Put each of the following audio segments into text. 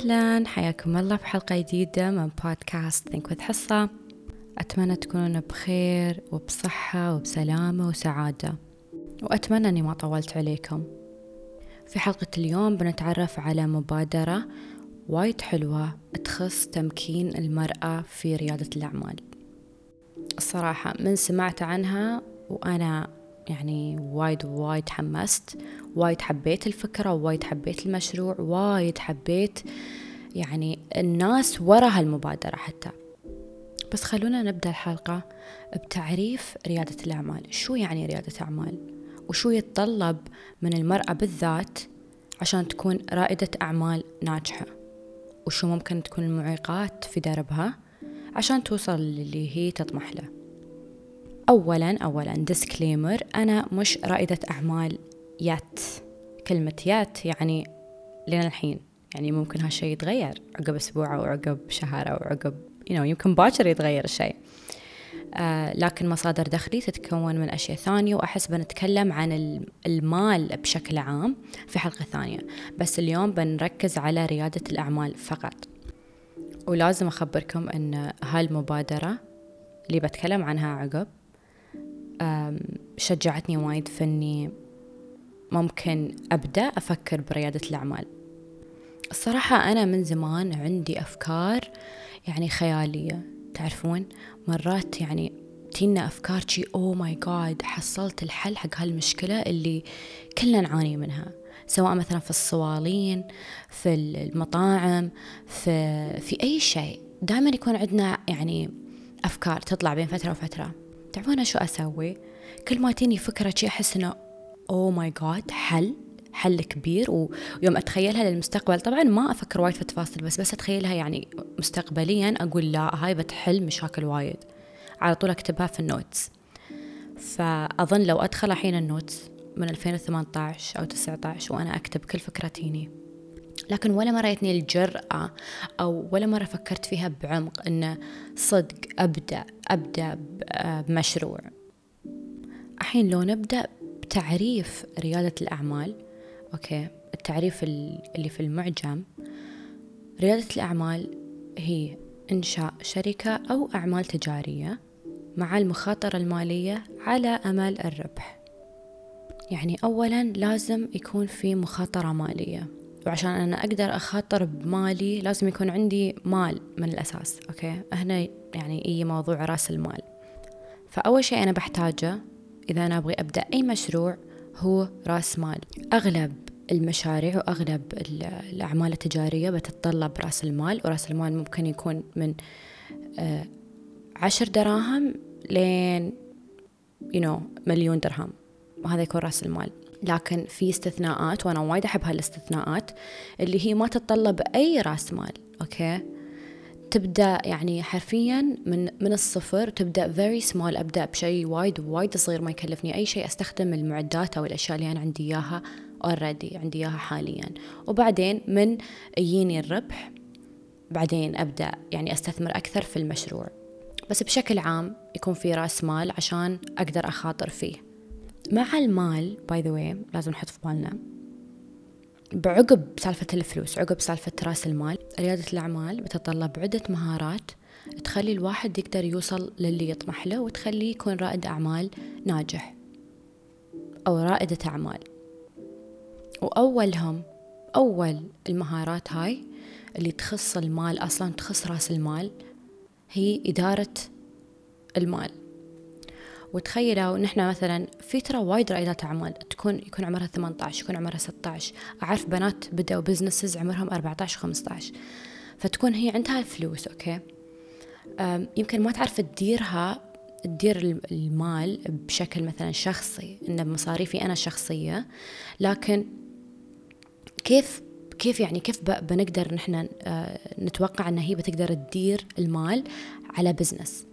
أهلا، حياكم الله في حلقة جديدة من بودكاست Think with حصة. أتمنى تكونون بخير وبصحة وبسلامة وسعادة، وأتمنى أني ما طولت عليكم. في حلقة اليوم بنتعرف على مبادرة وايد حلوة تخص تمكين المرأة في ريادة الأعمال. الصراحة من سمعت عنها وأنا وايد حمست، وايد حبيت الفكرة، وايد حبيت المشروع، وايد حبيت الناس وراء هالمبادرة حتى. بس خلونا نبدأ الحلقة بتعريف ريادة الأعمال. شو يعني ريادة أعمال؟ وشو يتطلب من المرأة بالذات عشان تكون رائدة أعمال ناجحة؟ وشو ممكن تكون المعيقات في دربها عشان توصل للي هي تطمح له؟ أولا ديسكليمر، أنا مش رائدة أعمال يات. كلمة يات يعني لين الحين، ممكن هالشيء يتغير عقب أسبوع أو عقب شهر أو عقب يمكن باكر يتغير الشيء. لكن مصادر دخلي تتكون من أشياء ثانية، وأحس بنتكلم عن المال بشكل عام في حلقة ثانية، بس اليوم بنركز على ريادة الأعمال فقط. ولازم أخبركم أن هالمبادرة اللي بتكلم عنها عقب شجعتني وايد في أني ممكن أبدأ أفكر بريادة الأعمال. الصراحة أنا من زمان عندي أفكار خيالية، تعرفون مرات تينا أفكار أوه ماي جاد، حصلت الحل حق هالمشكلة اللي كلنا نعاني منها، سواء مثلا في الصوالين، في المطاعم، في أي شيء. دائما يكون عندنا أفكار تطلع بين فترة وفترة. تعرفون شو أسوي؟ كل ما تيني فكرة أحس إنه أوه ماي جاد حل كبير، ويوم أتخيلها للمستقبل، طبعا ما أفكر وايد في التفاصيل، بس أتخيلها مستقبليا، أقول لا هاي بتحل مشاكل وايد، على طول أكتبها في النوتس. فأظن لو أدخل الحين النوتس من 2018 أو 19 وأنا أكتب كل فكرتيني، لكن ولا مرة جتني الجرأة أو ولا مرة فكرت فيها بعمق إن صدق أبدأ بمشروع. الحين لو نبدأ بتعريف ريادة الأعمال، أوكي، التعريف اللي في المعجم: ريادة الأعمال هي إنشاء شركة أو أعمال تجارية مع المخاطرة المالية على أمل الربح. أولا لازم يكون في مخاطرة مالية، وعشان أنا أقدر أخاطر بمالي لازم يكون عندي مال من الأساس. أوكي، هنا موضوع رأس المال. فأول شيء أنا بحتاجه إذا أنا أبغي أبدأ أي مشروع هو رأس مال. أغلب المشاريع وأغلب الأعمال التجارية بتتطلب رأس المال، ورأس المال ممكن يكون من 10 دراهم لين مليون درهم، وهذا يكون رأس المال. لكن في استثناءات، وأنا وايد أحب هالاستثناءات اللي هي ما تتطلب أي رأس مال. أوكي، تبدأ حرفيا من الصفر، تبدأ very small، أبدأ بشيء وايد صغير ما يكلفني أي شيء، أستخدم المعدات أو الأشياء اللي أنا عندي إياها already، عندي إياها حاليا، وبعدين من يجيني الربح بعدين أبدأ أستثمر أكثر في المشروع. بس بشكل عام يكون في رأس مال عشان أقدر أخاطر فيه. مع المال by the way لازم نحط في بالنا بعقب سالفة الفلوس، عقب سالفة رأس المال، ريادة الأعمال بتتطلب عدة مهارات تخلي الواحد يقدر يوصل للي يطمح له، وتخليه يكون رائد أعمال ناجح أو رائدة أعمال. أول المهارات هاي اللي تخص المال، أصلا تخص رأس المال، هي إدارة المال. وتخيلوا نحن مثلا في ترى وايد رائدات أعمال يكون عمرها 18، يكون عمرها 16. أعرف بنات بدأوا بزنسز عمرهم 14 15، فتكون هي عندها الفلوس. أوكي، يمكن ما تعرف تدير المال بشكل مثلا شخصي، إنه بمصاريفي أنا الشخصية، لكن كيف بنقدر نحن نتوقع أن هي بتقدر تدير المال على بزنس؟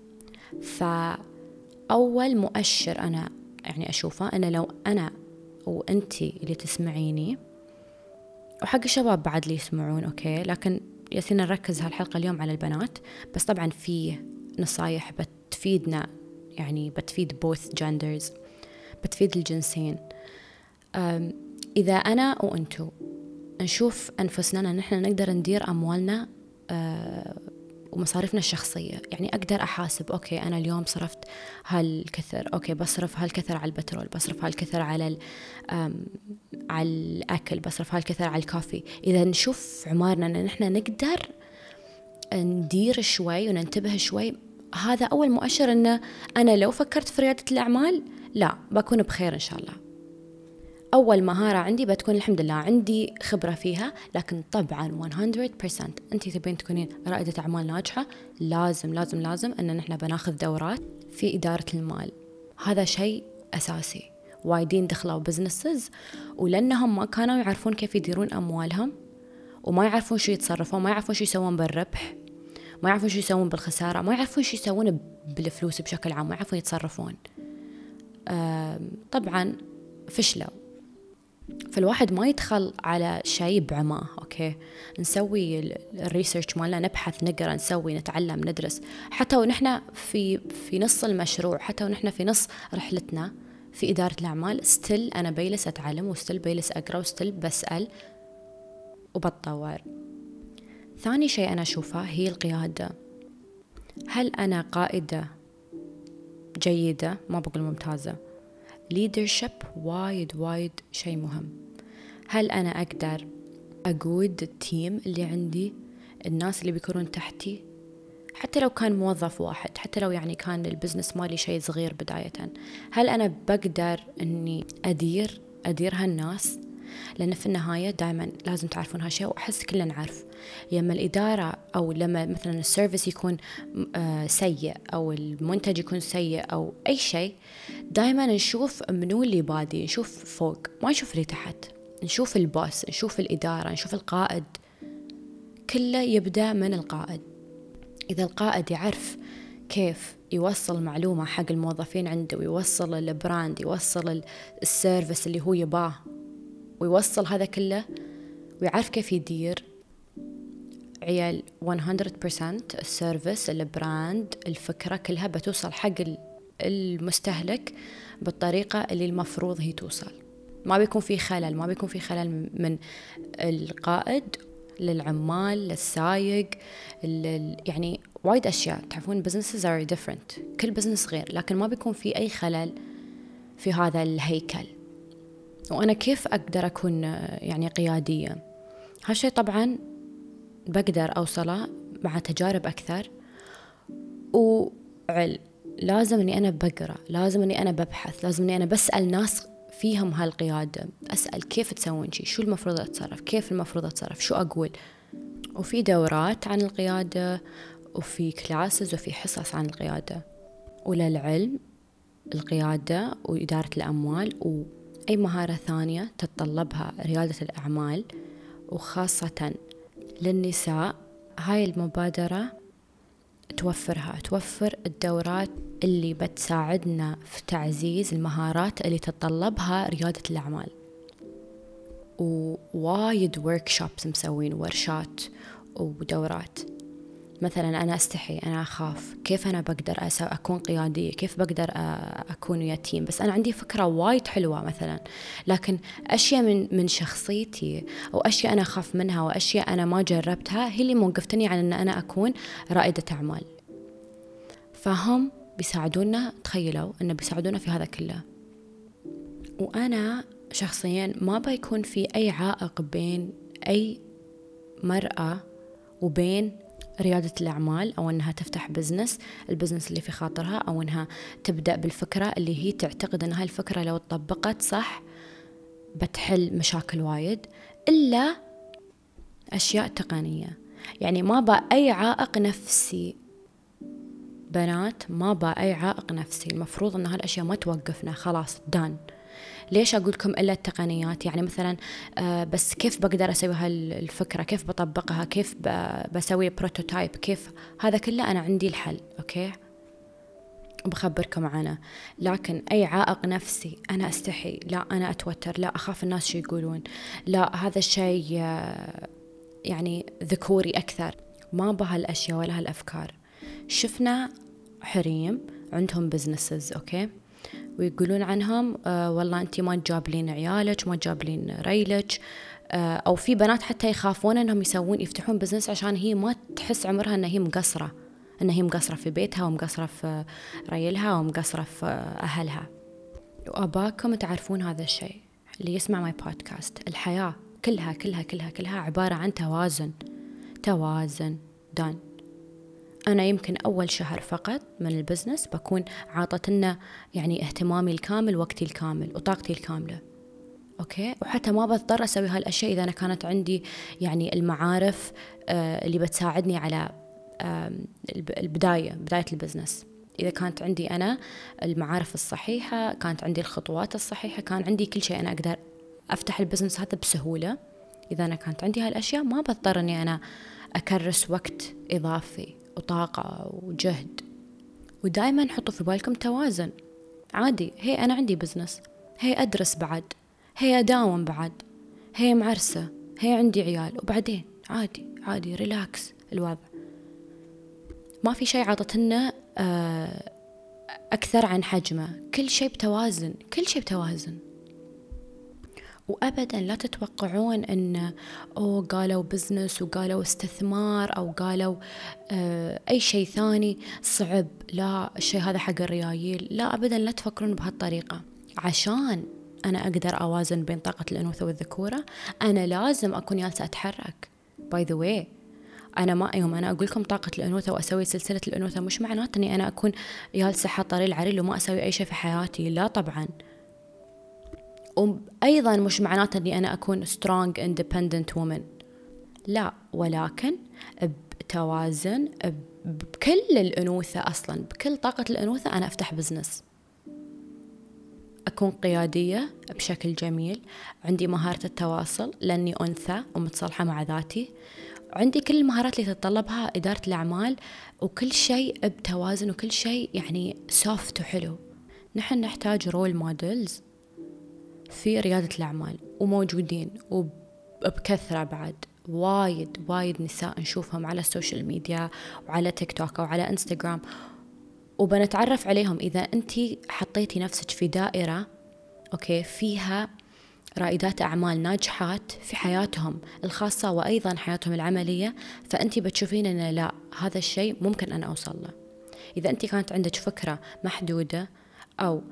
فأول مؤشر أنا أشوفه، أنا لو أنا وأنتي اللي تسمعيني، وحق الشباب بعد اللي يسمعون، أوكي، لكن ياسين نركز هالحلقة اليوم على البنات، بس طبعا في نصايح بتفيدنا، بتفيد both genders، بتفيد الجنسين. إذا أنا وأنتو نشوف أنفسنا أن نحن نقدر ندير أموالنا ومصاريفنا الشخصية. يعني أقدر أحاسب أوكي أنا اليوم صرفت هالكثر، أوكي بصرف هالكثر على البترول، بصرف هالكثر على على الأكل، بصرف هالكثر على الكافي. إذا نشوف عمارنا أن نحن نقدر ندير شوي وننتبه شوي، هذا أول مؤشر أن أنا لو فكرت في ريادة الأعمال لا بكون بخير إن شاء الله. أول مهارة عندي بتكون الحمد لله عندي خبرة فيها، لكن طبعا 100% أنتي تبين تكونين رائدة أعمال ناجحة، لازم لازم لازم أن نحن بناخذ دورات في إدارة المال. هذا شيء أساسي. وايدين دخلوا بزنسز ولأنهم ما كانوا يعرفون كيف يديرون أموالهم، وما يعرفون شو يتصرفون، ما يعرفون شو يسوون بالربح، ما يعرفون شو يسوون بالخسارة، ما يعرفون شو يسوون بالفلوس بشكل عام، ما يعرفون يتصرفون. طبعا فشلوا. فالواحد ما يدخل على شيء بعماه. أوكي نسوي الريسيرش مالنا، نبحث، نقرأ، نسوي، نتعلم، ندرس، حتى ونحن في نص المشروع، حتى ونحن في نص رحلتنا في إدارة الأعمال، ستيل أنا بيلس أتعلم، وستيل بيلس أقرأ، وستيل بسأل وبتطور. ثاني شيء أنا أشوفه هي القيادة. هل أنا قائدة جيدة؟ ما بقول ممتازة. leadership وايد شيء مهم. هل أنا أقدر أقود التيم اللي عندي، الناس اللي بيكونون تحتي، حتى لو كان موظف واحد، حتى لو يعني كان البزنس مالي شيء صغير بداية، هل أنا بقدر أني أدير هالناس؟ لأن في النهاية دائما لازم تعرفون هالشيء، وأحس كلنا نعرف لما الإدارة أو لما مثلا السيرفيس يكون سيء أو المنتج يكون سيء أو أي شيء، دائما نشوف منو اللي بادي، نشوف فوق ما نشوف اللي تحت، نشوف البوس، نشوف الإدارة، نشوف القائد. كله يبدأ من القائد. إذا القائد يعرف كيف يوصل معلومة حق الموظفين عنده، ويوصل البراند، يوصل السيرفيس اللي هو يباه، ويوصل هذا كله، ويعرف كيف يدير عيال، 100% السيرفيس، البراند، الفكرة كلها بتوصل حق المستهلك بالطريقة اللي المفروض هي توصل. ما بيكون في خلل، ما بيكون في خلل من القائد للعمال، للسايق، يعني وايد أشياء. تعرفون businesses are different، كل بزنس غير، لكن ما بيكون في أي خلل في هذا الهيكل. وأنا كيف أقدر أكون يعني قيادية؟ هالشيء طبعا بقدر أوصله مع تجارب أكثر وعلم. لازم أني أنا بقرأ، لازم أني أنا ببحث، لازم أني أنا بسأل ناس فيهم هالقيادة، أسأل كيف تسوون شيء، شو المفروض أتصرف، كيف المفروض أتصرف، شو أقول. وفي دورات عن القيادة، وفي كلاسز، وفي حصص عن القيادة. وللعلم القيادة وإدارة الأموال وأي مهارة ثانية تتطلبها ريادة الأعمال، وخاصة للنساء، هاي المبادرة توفر الدورات اللي بتساعدنا في تعزيز المهارات اللي تتطلبها ريادة الأعمال. ووايد workshops مسوين، ورشات ودورات. مثلا أنا أستحي، أنا أخاف، كيف أنا بقدر أكون قيادية، كيف بقدر أكون ويا تيم، بس أنا عندي فكرة وايد حلوة مثلا، لكن أشياء من شخصيتي أو أشياء أنا أخاف منها وأشياء أنا ما جربتها هي اللي موقفتني عن أن أنا أكون رائدة أعمال. فهم بيساعدونا، تخيلوا أنه بيساعدونا في هذا كله. وأنا شخصيا ما بيكون في أي عائق بين أي مرأة وبين ريادة الأعمال، أو أنها تفتح البزنس اللي في خاطرها، أو أنها تبدأ بالفكرة اللي هي تعتقد أنها الفكرة لو اتطبقت صح بتحل مشاكل وايد، إلا أشياء تقنية. يعني ما بقى أي عائق نفسي بنات، ما بقى أي عائق نفسي. المفروض أن هالأشياء ما توقفنا، خلاص دان. ليش أقول لكم إلا التقنيات؟ يعني مثلا بس كيف بقدر أسوي هالفكرة، كيف بطبقها، كيف بسوي بروتوتايب، كيف هذا كله أنا عندي الحل. أوكي وبخبركم عنه. لكن أي عائق نفسي، أنا أستحي، لا أنا أتوتر، لا أخاف الناس شو يقولون، لا هذا الشيء يعني ذكوري أكثر، ما بهالأشياء ولا هالأفكار. شفنا حريم عندهم بزنسز، أوكي، ويقولون عنهم والله أنت ما تجابلين عيالك، ما تجابلين ريلك. أو في بنات حتى يخافون أنهم يفتحون بزنس عشان هي ما تحس عمرها أن هي مقصرة، أن هي مقصرة في بيتها ومقصرة في ريلها ومقصرة في أهلها. وأباكم تعرفون هذا الشيء اللي يسمع ماي بودكاست، الحياة كلها كلها كلها كلها عبارة عن توازن دان. أنا يمكن أول شهر فقط من البزنس بكون عاطتنا يعني اهتمامي الكامل، وقتي الكامل، وطاقتي الكاملة، أوكي. وحتى ما بضطر أسوي هالأشياء إذا أنا كانت عندي يعني المعارف اللي بتساعدني على بداية البزنس. إذا كانت عندي أنا المعارف الصحيحة، كانت عندي الخطوات الصحيحة، كان عندي كل شيء، أنا أقدر أفتح البزنس هذا بسهولة. إذا أنا كانت عندي هالأشياء ما بضطر أني أنا أكرس وقت إضافي وطاقة وجهد. ودائما حطوا في بالكم توازن. عادي، هي أنا عندي بزنس، هي أدرس بعد، هي أداوم بعد، هي معرسة، هي عندي عيال، وبعدين عادي ريلاكس الوضع. ما في شيء عطتنا أكثر عن حجمه، كل شيء بتوازن. وأبدا لا تتوقعون أن قالوا بزنس وقالوا استثمار أو قالوا أي شيء ثاني صعب، لا الشيء هذا حق الريايل، لا أبدا، لا تفكرون بهالطريقة. عشان أنا أقدر أوازن بين طاقة الأنوثة والذكورة أنا لازم أكون جالسة أتحرك. باي ذا واي، أنا ما يوم أنا أقول لكم طاقة الأنوثة وأسوي سلسلة الأنوثة مش معناته أني أنا أكون جالسة حاطة ريل عريل وما أسوي أي شيء في حياتي، لا طبعا. وأيضا مش معناته أني أنا أكون strong independent woman، لا، ولكن بتوازن بكل الأنوثة، أصلا بكل طاقة الأنوثة أنا أفتح بزنس، أكون قيادية بشكل جميل، عندي مهارة التواصل لأني أنثى ومتصالحة مع ذاتي، عندي كل المهارات اللي تتطلبها إدارة الأعمال، وكل شيء بتوازن، وكل شيء يعني soft وحلو. نحن نحتاج رول موديلز في ريادة الأعمال، وموجودين وبكثرة بعد، وايد نساء نشوفهم على السوشيال ميديا وعلى تيك توك أو على إنستغرام، وبنتعرف عليهم. إذا أنتي حطيتي نفسك في دائرة أوكي فيها رائدات أعمال ناجحات في حياتهم الخاصة وأيضا حياتهم العملية، فأنتي بتشوفين أن لا، هذا الشيء ممكن أنا أوصل له. إذا أنتي كانت عندك فكرة محدودة أو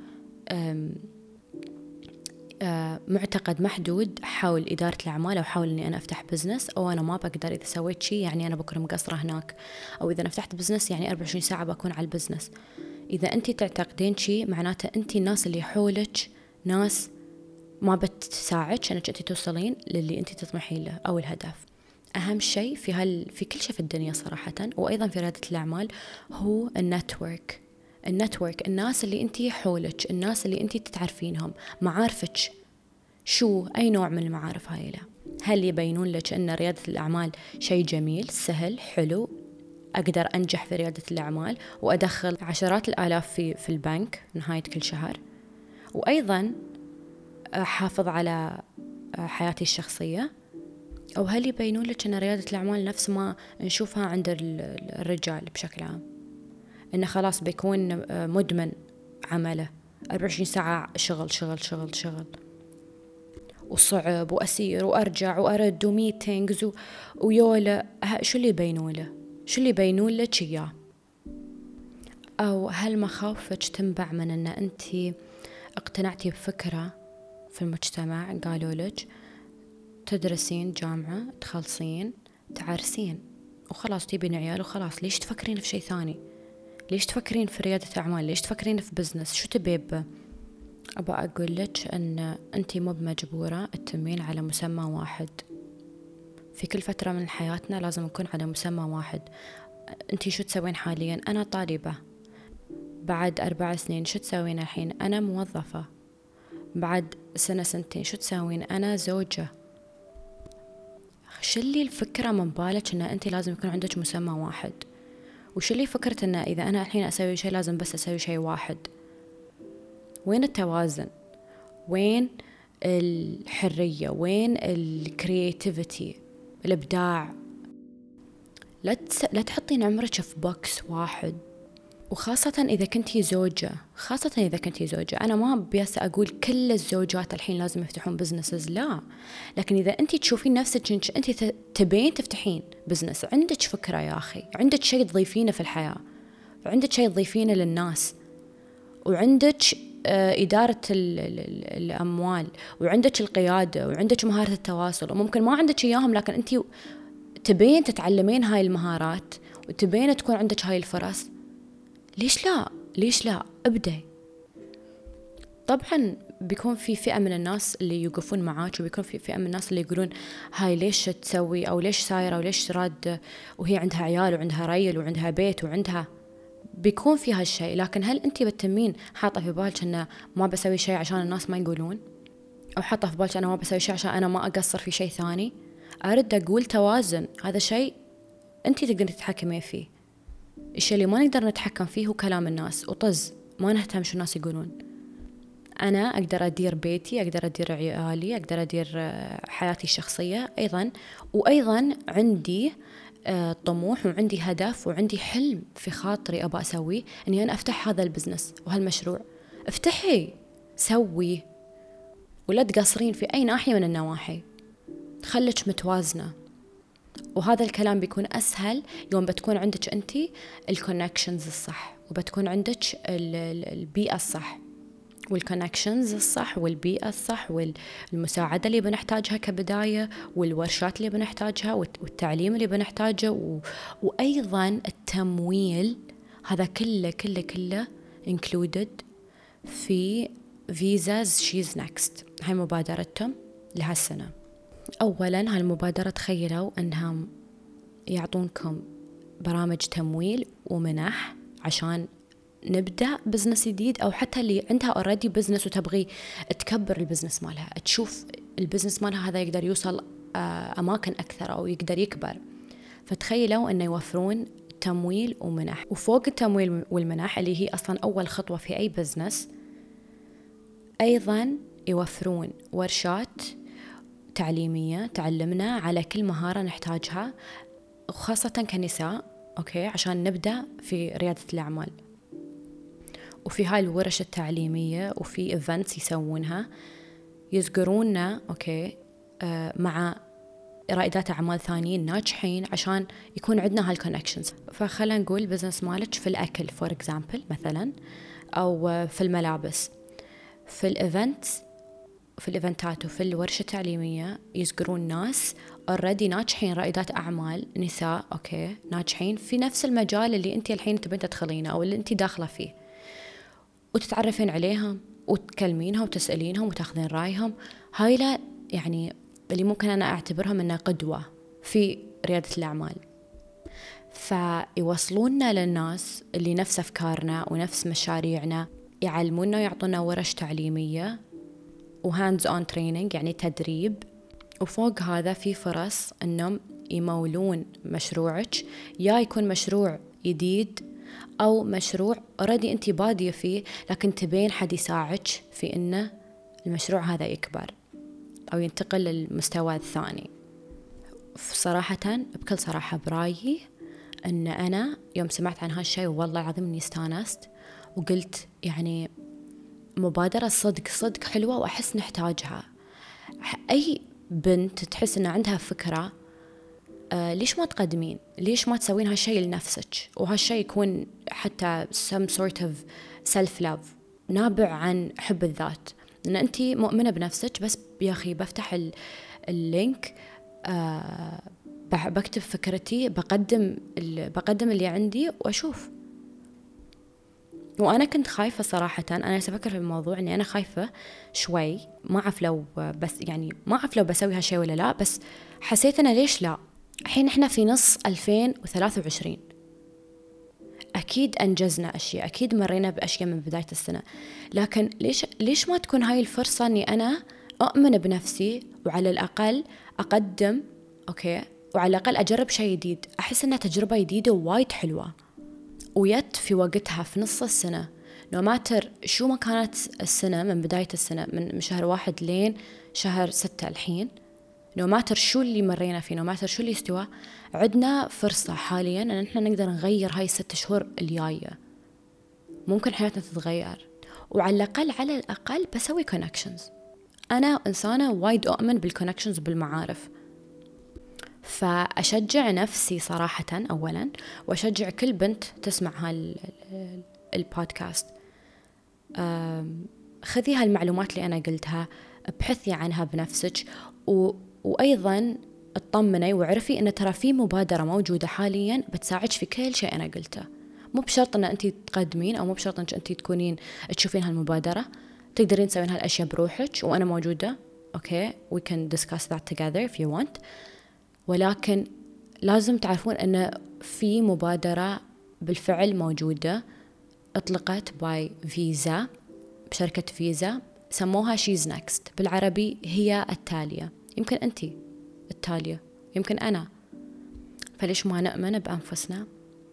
معتقد محدود حول إدارة الأعمال، أو حول أني أنا أفتح بزنس، أو أنا ما بقدر، إذا سويت شيء يعني أنا بكون مقصرة هناك، أو إذا أنا فتحت بزنس يعني 24 ساعة بكون على البزنس. إذا أنت تعتقدين شيء معناته أنت الناس اللي حولك ناس ما بتساعدك أنك أنت توصلين للي أنت تطمحين له أو الهدف. أهم شيء في كل شيء في الدنيا صراحة، وأيضا في ريادة الأعمال، هو النتورك. الناس اللي أنت حولك، الناس اللي أنت تتعرفينهم، معارفك أي نوع من المعارف هاي له. هل يبينون لك أن ريادة الأعمال شيء جميل سهل حلو، أقدر أنجح في ريادة الأعمال وأدخل عشرات الآلاف في البنك نهاية كل شهر، وأيضا أحافظ على حياتي الشخصية؟ أو هل يبينون لك أن ريادة الأعمال نفس ما نشوفها عند الرجال بشكل عام، أنه خلاص بيكون مدمن عمله 24 ساعة شغل شغل شغل شغل، وصعب وأسير وأرجع وأرد وميتينجز ويولا؟ شو اللي يبينون لك إياه؟ أو هل مخاوفك تنبع من أن أنت اقتنعتي بفكرة في المجتمع، قالوا لك تدرسين جامعة، تخلصين، تعرسين وخلاص، تبين عيال وخلاص، ليش تفكرين في شيء ثاني؟ ليش تفكرين في ريادة أعمال؟ ليش تفكرين في بزنس؟ شو تبيبه؟ أبغى أقول لك أن أنت مو بمجبورة تتمين على مسمى واحد. في كل فترة من حياتنا لازم نكون على مسمى واحد. أنت شو تسوين حاليا؟ أنا طالبة. بعد 4 سنين شو تسوين الحين؟ أنا موظفة. بعد سنة سنتين شو تسوين؟ أنا زوجة. شو اللي الفكرة من بالك أن أنت لازم يكون عندك مسمى واحد؟ وشو اللي فكرة أن إذا أنا الحين أسوي شيء لازم بس أسوي شيء واحد؟ وين التوازن؟ وين الحرية؟ وين الكرياتيفيتي، الإبداع؟ لا تحطين عمرك في بوكس واحد. وخاصة إذا كنتي زوجة، أنا ما بياسة أقول كل الزوجات الحين لازم يفتحون بزنسز، لا، لكن إذا أنتي تشوفين نفسك إنك أنتي تبين تفتحين بزنس، عندك فكرة يا أخي، عندك شيء تضيفينه في الحياة، عندك شيء تضيفينه للناس، وعندك إدارة الأموال، وعندك القيادة، وعندك مهارة التواصل، وممكن ما عندك إياهم لكن أنتي تبين تتعلمين هاي المهارات وتبين تكون عندك هاي الفرص، ليش لا ابدأي. طبعا بيكون في فئة من الناس اللي يوقفون معاك، وبيكون في فئة من الناس اللي يقولون هاي ليش تسوي، أو ليش سايرة، وليش راد، وهي عندها عيال وعندها ريل وعندها بيت وعندها، بيكون في هالشيء. لكن هل أنت بتتمين حاطة في بالك أنه ما بسوي شيء عشان الناس ما يقولون، أو حاطة في بالك أنا ما بسوي شيء عشان أنا ما أقصر في شيء ثاني؟ أرد أقول توازن، هذا شيء أنت تقدرين تتحكمين فيه. الشيء اللي ما نقدر نتحكم فيه هو كلام الناس، وطز ما نهتم شو الناس يقولون. أنا أقدر أدير بيتي، أقدر أدير عيالي، أقدر أدير حياتي الشخصية أيضا، وأيضا عندي طموح وعندي هدف وعندي حلم في خاطري أبغى أسويه، أني أنا أفتح هذا البزنس وهالمشروع. افتحي، سوي، ولا تقصرين في أي ناحية من النواحي، خلك متوازنة. وهذا الكلام بيكون أسهل يوم بتكون عندك أنتي الكونكشنز الصح، وبتكون عندك البيئة الصح، والكونكشنز الصح، والبيئة الصح، والمساعدة اللي بنحتاجها كبداية، والورشات اللي بنحتاجها، والتعليم اللي بنحتاجه، وأيضا التمويل. هذا كله included في فيزاز شيز نكست. هاي مبادرتهم لهالسنة. أولا هالمبادرة تخيلوا أنهم يعطونكم برامج تمويل ومنح عشان نبدأ بزنس جديد، أو حتى اللي عندها already بزنس وتبغي تكبر البزنس مالها، تشوف البزنس مالها هذا يقدر يوصل أماكن أكثر أو يقدر يكبر. فتخيلوا أنه يوفرون تمويل ومنح، وفوق التمويل والمنح اللي هي أصلا أول خطوة في أي بزنس، أيضا يوفرون ورشات تعليمية تعلمنا على كل مهارة نحتاجها، وخاصة كنساء، أوكي، عشان نبدأ في ريادة الأعمال. وفي هاي الورش التعليمية وفي إيفنتس يسوونها، يذكروننا أوكي مع رائدات أعمال ثانيين ناجحين عشان يكون عندنا هالكونكشنز. فخلنا نقول بزنس مالك في الأكل فور إكزامبل مثلا، أو في الملابس. في الإيفنتات وفي الورشة التعليمية يذكرون ناس already ناجحين، رائدات أعمال نساء أوكي ناجحين في نفس المجال اللي أنت الحين تبين تدخلينه أو اللي أنت داخلة فيه، وتتعرفين عليهم وتكلمينهم وتسألينهم وتاخذين رأيهم. هاي لا يعني اللي ممكن أنا أعتبرهم أنها قدوة في ريادة الأعمال. فيوصلوننا للناس اللي نفس أفكارنا ونفس مشاريعنا، يعلمونا ويعطونا ورش تعليمية وهاندز اون تريننج يعني تدريب. وفوق هذا في فرص أنهم يمولون مشروعك، يا يكون مشروع جديد أو مشروع أوريدي أنت بادية فيه لكن تبين حد يساعدك في أنه المشروع هذا يكبر أو ينتقل للمستوى الثاني. صراحة بكل صراحة برايي أن أنا يوم سمعت عن هالشيء والله العظيم أني استانست وقلت يعني مبادرة صدق حلوة وأحس نحتاجها. أي بنت تحس أن عندها فكرة ليش ما تقدمين، ليش ما تسوين هالشيء لنفسك، وهالشيء يكون حتى some sort of self love نابع عن حب الذات، لأن أنت مؤمنة بنفسك. بس يا أخي بفتح اللينك بكتب فكرتي، بقدم اللي عندي وأشوف. وأنا كنت خايفة صراحة، أنا أفكر في الموضوع أني أنا خايفة شوي، ما أعرف لو بسوي هالشيء ولا لا، بس حسيت أنا ليش لا. الحين إحنا في نص 2023، أكيد أنجزنا أشياء، أكيد مرينا بأشياء من بداية السنة، لكن ليش ما تكون هاي الفرصة أني أنا أؤمن بنفسي وعلى الأقل أقدم أوكي، وعلى الأقل أجرب شيء جديد. أحس أنها تجربة جديدة وايد حلوة ويت في وقتها في نص السنة. نو ماتر شو ما كانت السنة من بداية السنة، من شهر 1 لين شهر 6 الحين، نو ماتر شو اللي مرينا فيه، نو ماتر شو اللي استوى، عندنا فرصة حاليا أن احنا نقدر نغير هاي 6 شهور الجاية. ممكن حياتنا تتغير، وعلى الأقل بسوي connections. أنا إنسانة وايد أؤمن بالconnections بالمعارف، فأشجع نفسي صراحة أولا، وأشجع كل بنت تسمع البودكاست، خذي هالمعلومات اللي أنا قلتها، ابحثي عنها بنفسك، وأيضا اطمني وعرفي أن ترى في مبادرة موجودة حاليا بتساعدك في كل شيء أنا قلته. مو بشرط أن أنت تقدمين، أو مو بشرط أنك أنت تكونين تشوفين هالمبادرة، تقدرين تسوين هالأشياء بروحك وأنا موجودة. Okay, we can discuss that together if you want. ولكن لازم تعرفون أن في مبادرة بالفعل موجودة، أطلقت باي فيزا، بشركة فيزا، سموها She's Next، بالعربي هي التالية. يمكن أنت التالية، يمكن أنا، فليش ما نؤمن بأنفسنا،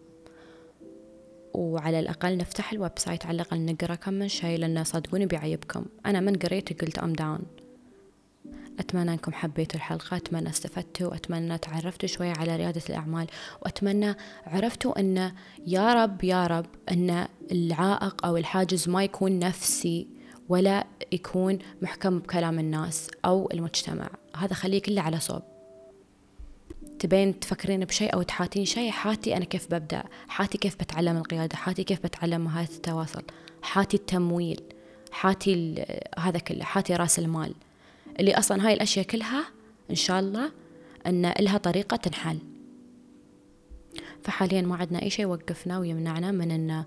وعلى الأقل نفتح الويب سايت، على الأقل نقرأ كم من شيء، لأن صدقوني بيعيبكم. أنا من قريت قلت I'm down. أتمنى أنكم حبيتوا الحلقة، أتمنى استفدتوا، أتمنى تعرفتوا شوية على ريادة الأعمال، وأتمنى عرفتوا أن يا رب يا رب أن العائق أو الحاجز ما يكون نفسي، ولا يكون محكم بكلام الناس أو المجتمع. هذا خليه كله على صوب. تبين تفكرين بشيء أو تحاتين شيء، حاتي أنا كيف ببدأ، حاتي كيف بتعلم القيادة، حاتي كيف بتعلم مهارة التواصل، حاتي التمويل، حاتي هذا كله، حاتي رأس المال، اللي أصلا هاي الأشياء كلها إن شاء الله أن إلها طريقة تنحل. فحاليا ما عندنا أي شيء يوقفنا ويمنعنا من أن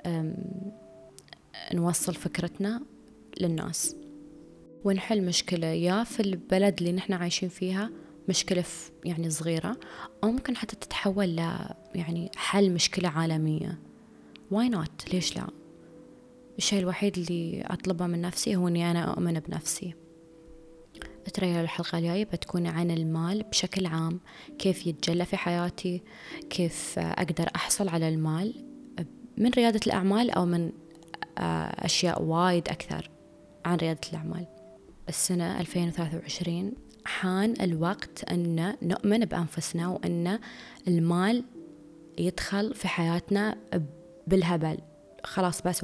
نوصل فكرتنا للناس ونحل مشكلة، يا في البلد اللي نحن عايشين فيها، مشكلة يعني صغيرة، أو ممكن حتى تتحول يعني حل مشكلة عالمية. why not؟ ليش لا؟ الشيء الوحيد اللي أطلبه من نفسي هو أني أنا أؤمن بنفسي. أتريا الحلقة الجاية بتكون عن المال بشكل عام، كيف يتجلى في حياتي، كيف أقدر أحصل على المال من ريادة الأعمال، أو من أشياء وايد أكثر عن ريادة الأعمال. السنة 2023 حان الوقت أن نؤمن بأنفسنا، وأن المال يدخل في حياتنا بالهبل. خلاص بس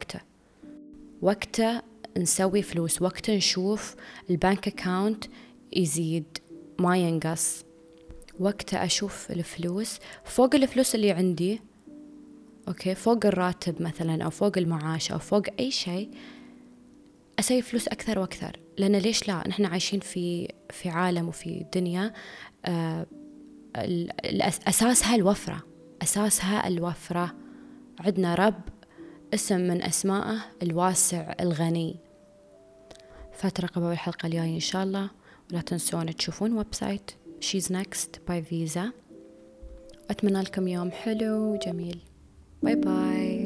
وقته نسوي فلوس، وقت نشوف البنك أكاونت يزيد ما ينقص، وقت أشوف الفلوس فوق الفلوس اللي عندي، أوكي، فوق الراتب مثلا، أو فوق المعاش، أو فوق أي شيء، أسوي فلوس أكثر وأكثر. لأن ليش لا؟ نحن عايشين في عالم وفي دنيا أساسها الوفرة. عندنا رب اسم من أسمائه الواسع الغني. فترقبوا الحلقة الجاية إن شاء الله، ولا تنسون تشوفون ويب سايت She's Next by Visa. أتمنى لكم يوم حلو وجميل. باي باي.